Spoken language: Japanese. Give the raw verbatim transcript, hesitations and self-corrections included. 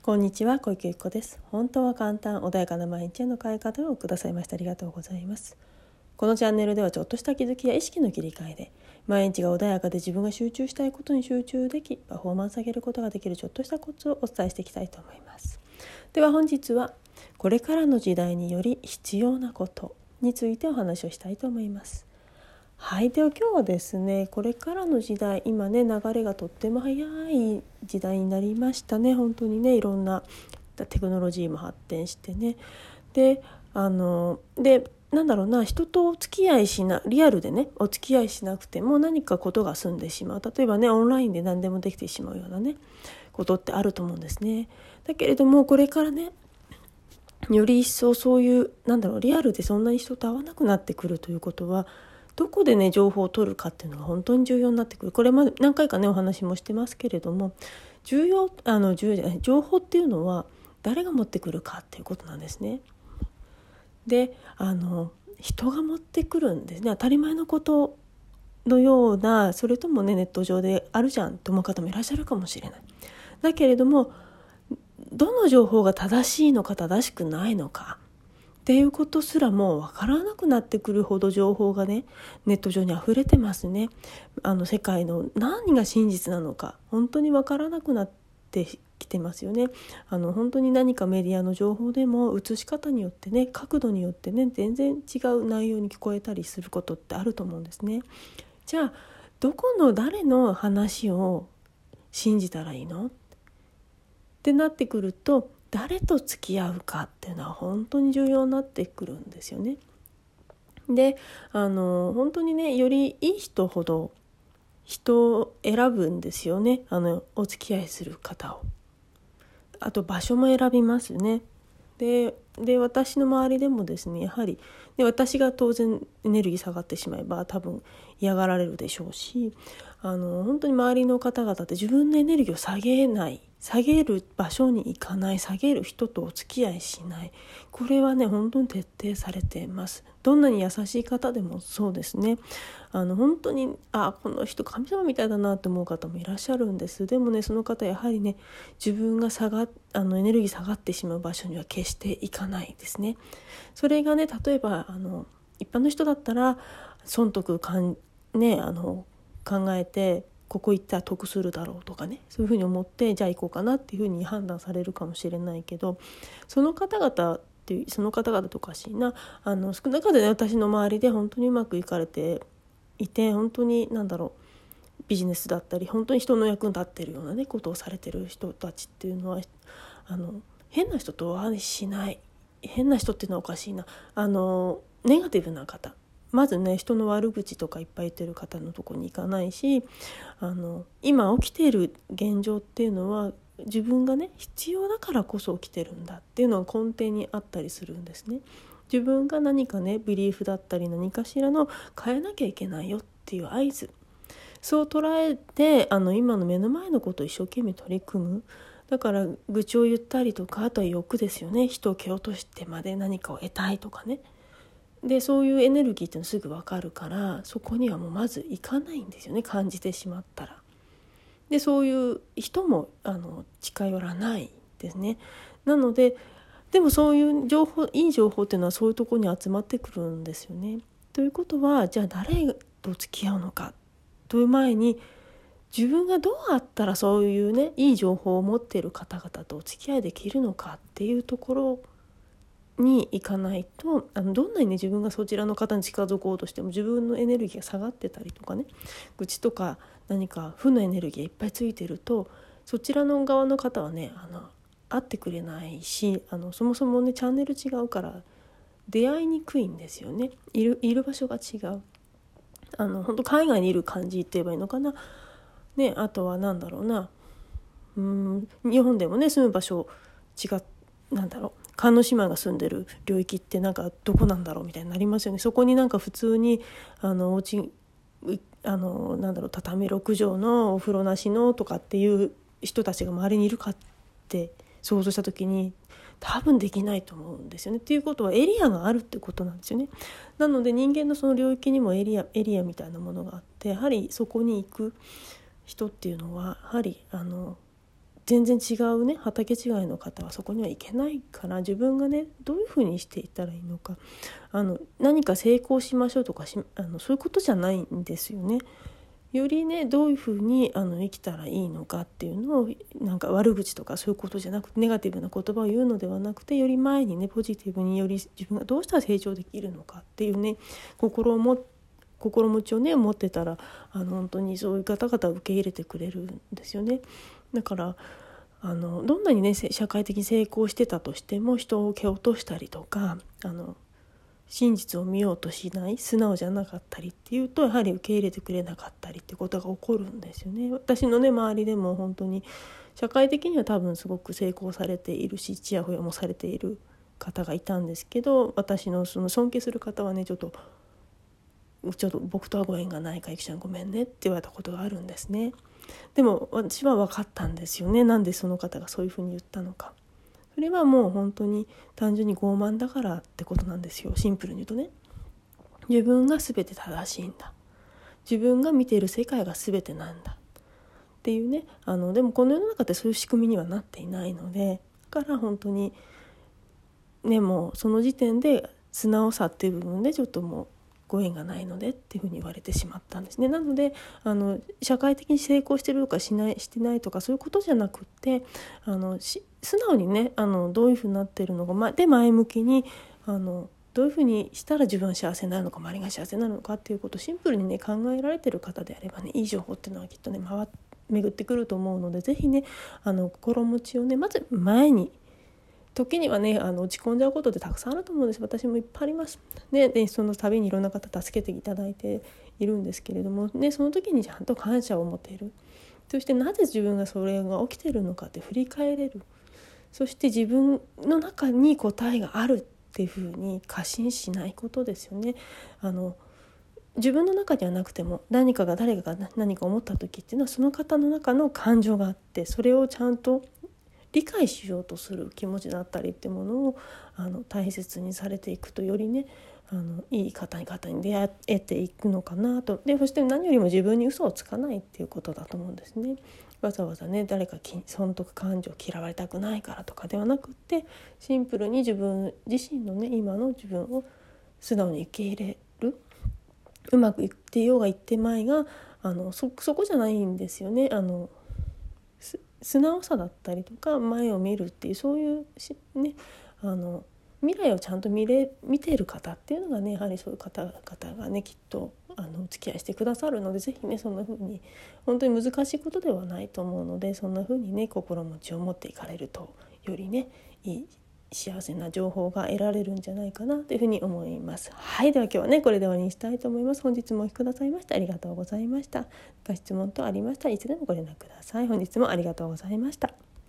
こんにちは、小池由子です。本当は簡単、穏やかな毎日への変え方をくださいましてありがとうございます。このチャンネルではちょっとした気づきや意識の切り替えで毎日が穏やかで自分が集中したいことに集中できパフォーマンス上げることができるちょっとしたコツをお伝えしていきたいと思います。では本日はこれからの時代により必要なことについてお話をしたいと思います。はい、では今日はですね、これからの時代、今ね流れがとっても早い時代になりましたね。本当にね、いろんなテクノロジーも発展してね、であのでなんだろうな人とお付き合いしなリアルでねお付き合いしなくても何かことが済んでしまう、例えばねオンラインで何でもできてしまうようなねことってあると思うんですね。だけれどもこれからねより一層そういうなんだろうリアルでそんなに人と会わなくなってくるということは、どこでね情報を取るかっていうのが本当に重要になってくる。これまで何回かねお話もしてますけれども、重要あの重要じゃない情報っていうのは誰が持ってくるかっていうことなんですね。であの人が持ってくるんですね。当たり前のことのような、それともねネット上であるじゃんと思う方もいらっしゃるかもしれない。だけれどもどの情報が正しいのか正しくないのかっていうことすらもう分からなくなってくるほど情報がねネット上に溢れてますね。あの世界の何が真実なのか本当に分からなくなってきてますよね。あの本当に何かメディアの情報でも映し方によってね角度によってね全然違う内容に聞こえたりすることってあると思うんですね。じゃあどこの誰の話を信じたらいいのってなってくると、誰と付き合うかっていうのは本当に重要になってくるんですよね。であの本当にねよりいい人ほど人を選ぶんですよね。あのお付き合いする方を。あと場所も選びますね。でで私の周りでもですねやはりで私が当然エネルギー下がってしまえば多分嫌がられるでしょうし、あの本当に周りの方々って自分のエネルギーを下げない下げる場所に行かない下げる人とお付き合いしない、これはね本当に徹底されています。どんなに優しい方でもそうですね。あの本当にあこの人神様みたいだなと思う方もいらっしゃるんです。でもねその方やはりね自分が下があのエネルギー下がってしまう場所には決していかないですね。それがね例えばあの一般の人だったら損得かん、ね、あの考えてここ行ったら得するだろうとかね、そういうふうに思ってじゃあ行こうかなっていうふうに判断されるかもしれないけど、その方々っていうその方々とかしいなあの少なかったね私の周りで本当にうまくいかれていて、本当に何だろうビジネスだったり本当に人の役に立ってるようなねことをされてる人たちっていうのはあの変な人とはしない。変な人っていうのはおかしいな、あのネガティブな方、まずね人の悪口とかいっぱい言ってる方のとこに行かないし、あの今起きている現状っていうのは自分がね必要だからこそ起きてるんだっていうのが根底にあったりするんですね。自分が何かねビリーフだったり何かしらの変えなきゃいけないよっていう合図、そう捉えてあの今の目の前のことを一生懸命取り組む。だから愚痴を言ったりとか、あとは欲ですよね。人を蹴落としてまで何かを得たいとかね。でそういうエネルギーっていうのすぐ分かるから、そこにはもうまず行かないんですよね、感じてしまったら。でそういう人もあの近寄らないですね。なのででもそういう情報いい情報っていうのはそういうところに集まってくるんですよね。ということはじゃあ誰と付き合うのかという前に、自分がどうあったらそういうねいい情報を持っている方々とお付き合いできるのかっていうところに行かないと、あのどんなにね自分がそちらの方に近づこうとしても自分のエネルギーが下がってたりとかね、愚痴とか何か負のエネルギーがいっぱいついてると、そちらの側の方はねあの会ってくれないし、あのそもそもねチャンネル違うから出会いにくいんですよね。いる、いる場所が違う。あの本当海外にいる感じって言えばいいのかな。ね、あとは何だろうな、うーん日本でもね住む場所違っなんだろう観音姉妹が住んでる領域ってなんかどこなんだろうみたいになりますよね。そこになんか普通にあのお家あのなんだろう畳ろく畳のお風呂なしのとかっていう人たちが周りにいるかって想像した時に多分できないと思うんですよね。っていうことはエリアがあるってことなんですよね。なので人間のその領域にもエリアエリアみたいなものがあって、やはりそこに行く人っていうのはやはりあの全然違うね畑違いの方はそこには行けないから、自分がねどういうふうにしていったらいいのか、あの何か成功しましょうとかしあのそういうことじゃないんですよね。よりねどういうふうにあの生きたらいいのかっていうのを、なんか悪口とかそういうことじゃなくて、ネガティブな言葉を言うのではなくて、より前にねポジティブに、より自分がどうしたら成長できるのかっていうね心をも心持ちをね持ってたら、あの本当にそういう方々を受け入れてくれるんですよね。だからあのどんなにね社会的に成功してたとしても、人を蹴落としたりとか、あの真実を見ようとしない、素直じゃなかったりっていうと、やはり受け入れてくれなかったりってことが起こるんですよね。私のね周りでも本当に社会的には多分すごく成功されているし、ちやほやもされている方がいたんですけど、私のその尊敬する方はねちょっとちょっと僕とはご縁がないからゆきちゃんごめんねって言われたことがあるんですね。でも私は分かったんですよね、なんでその方がそういうふうに言ったのか。それはもう本当に単純に傲慢だからってことなんですよ。シンプルに言うとね、自分が全て正しいんだ、自分が見ている世界が全てなんだっていうね、あのでもこの世の中ってそういう仕組みにはなっていないので、だから本当にねもうその時点で素直さっていう部分でちょっともうご縁がないのでっていうふうに言われてしまったんですね。なのであの社会的に成功してるとかしないしてないとかそういうことじゃなくって、あのし素直にねあのどういうふうになってるのか、ま、で前向きにあのどういうふうにしたら自分は幸せになるのか、周りが幸せになるのかっていうことをシンプルにね考えられてる方であればね、いい情報っていうのはきっとね回巡ってくると思うので、ぜひねあの心持ちをねまず前に、時にはねあの落ち込んじゃうことってたくさんあると思うんです。私もいっぱいあります、ね、でその度にいろんな方助けていただいているんですけれども、ね、その時にちゃんと感謝を持てる、そしてなぜ自分がそれが起きているのかって振り返れる、そして自分の中に答えがあるっていうふうに過信しないことですよね。あの自分の中にはなくても、何かが誰かが何か思った時っていうのはその方の中の感情があって、それをちゃんと理解しようとする気持ちだったりっていうものをあの大切にされていくと、よりねあのいい方に方に出会えていくのかなと。でそして何よりも自分に嘘をつかないっていうことだと思うんですね。わざわざね誰か損得感情嫌われたくないからとかではなくって、シンプルに自分自身のね今の自分を素直に受け入れる。うまくいっていようがいってまいがあの そ, そこじゃないんですよね。あの素直さだったりとか前を見るっていう、そういうねあの未来をちゃんと見れ見ている方っていうのがね、やはりそういう方々がねきっとあのお付き合いしてくださるので、ぜひねそんな風に本当に難しいことではないと思うので、そんな風にね心持ちを持っていかれると、よりねいい幸せな情報が得られるんじゃないかなというふうに思います。はい、では今日はねこれで終わりにしたいと思います。本日もお聞きくださいましてありがとうございました。ご質問等ありましたらいつでもご連絡ください。本日もありがとうございました。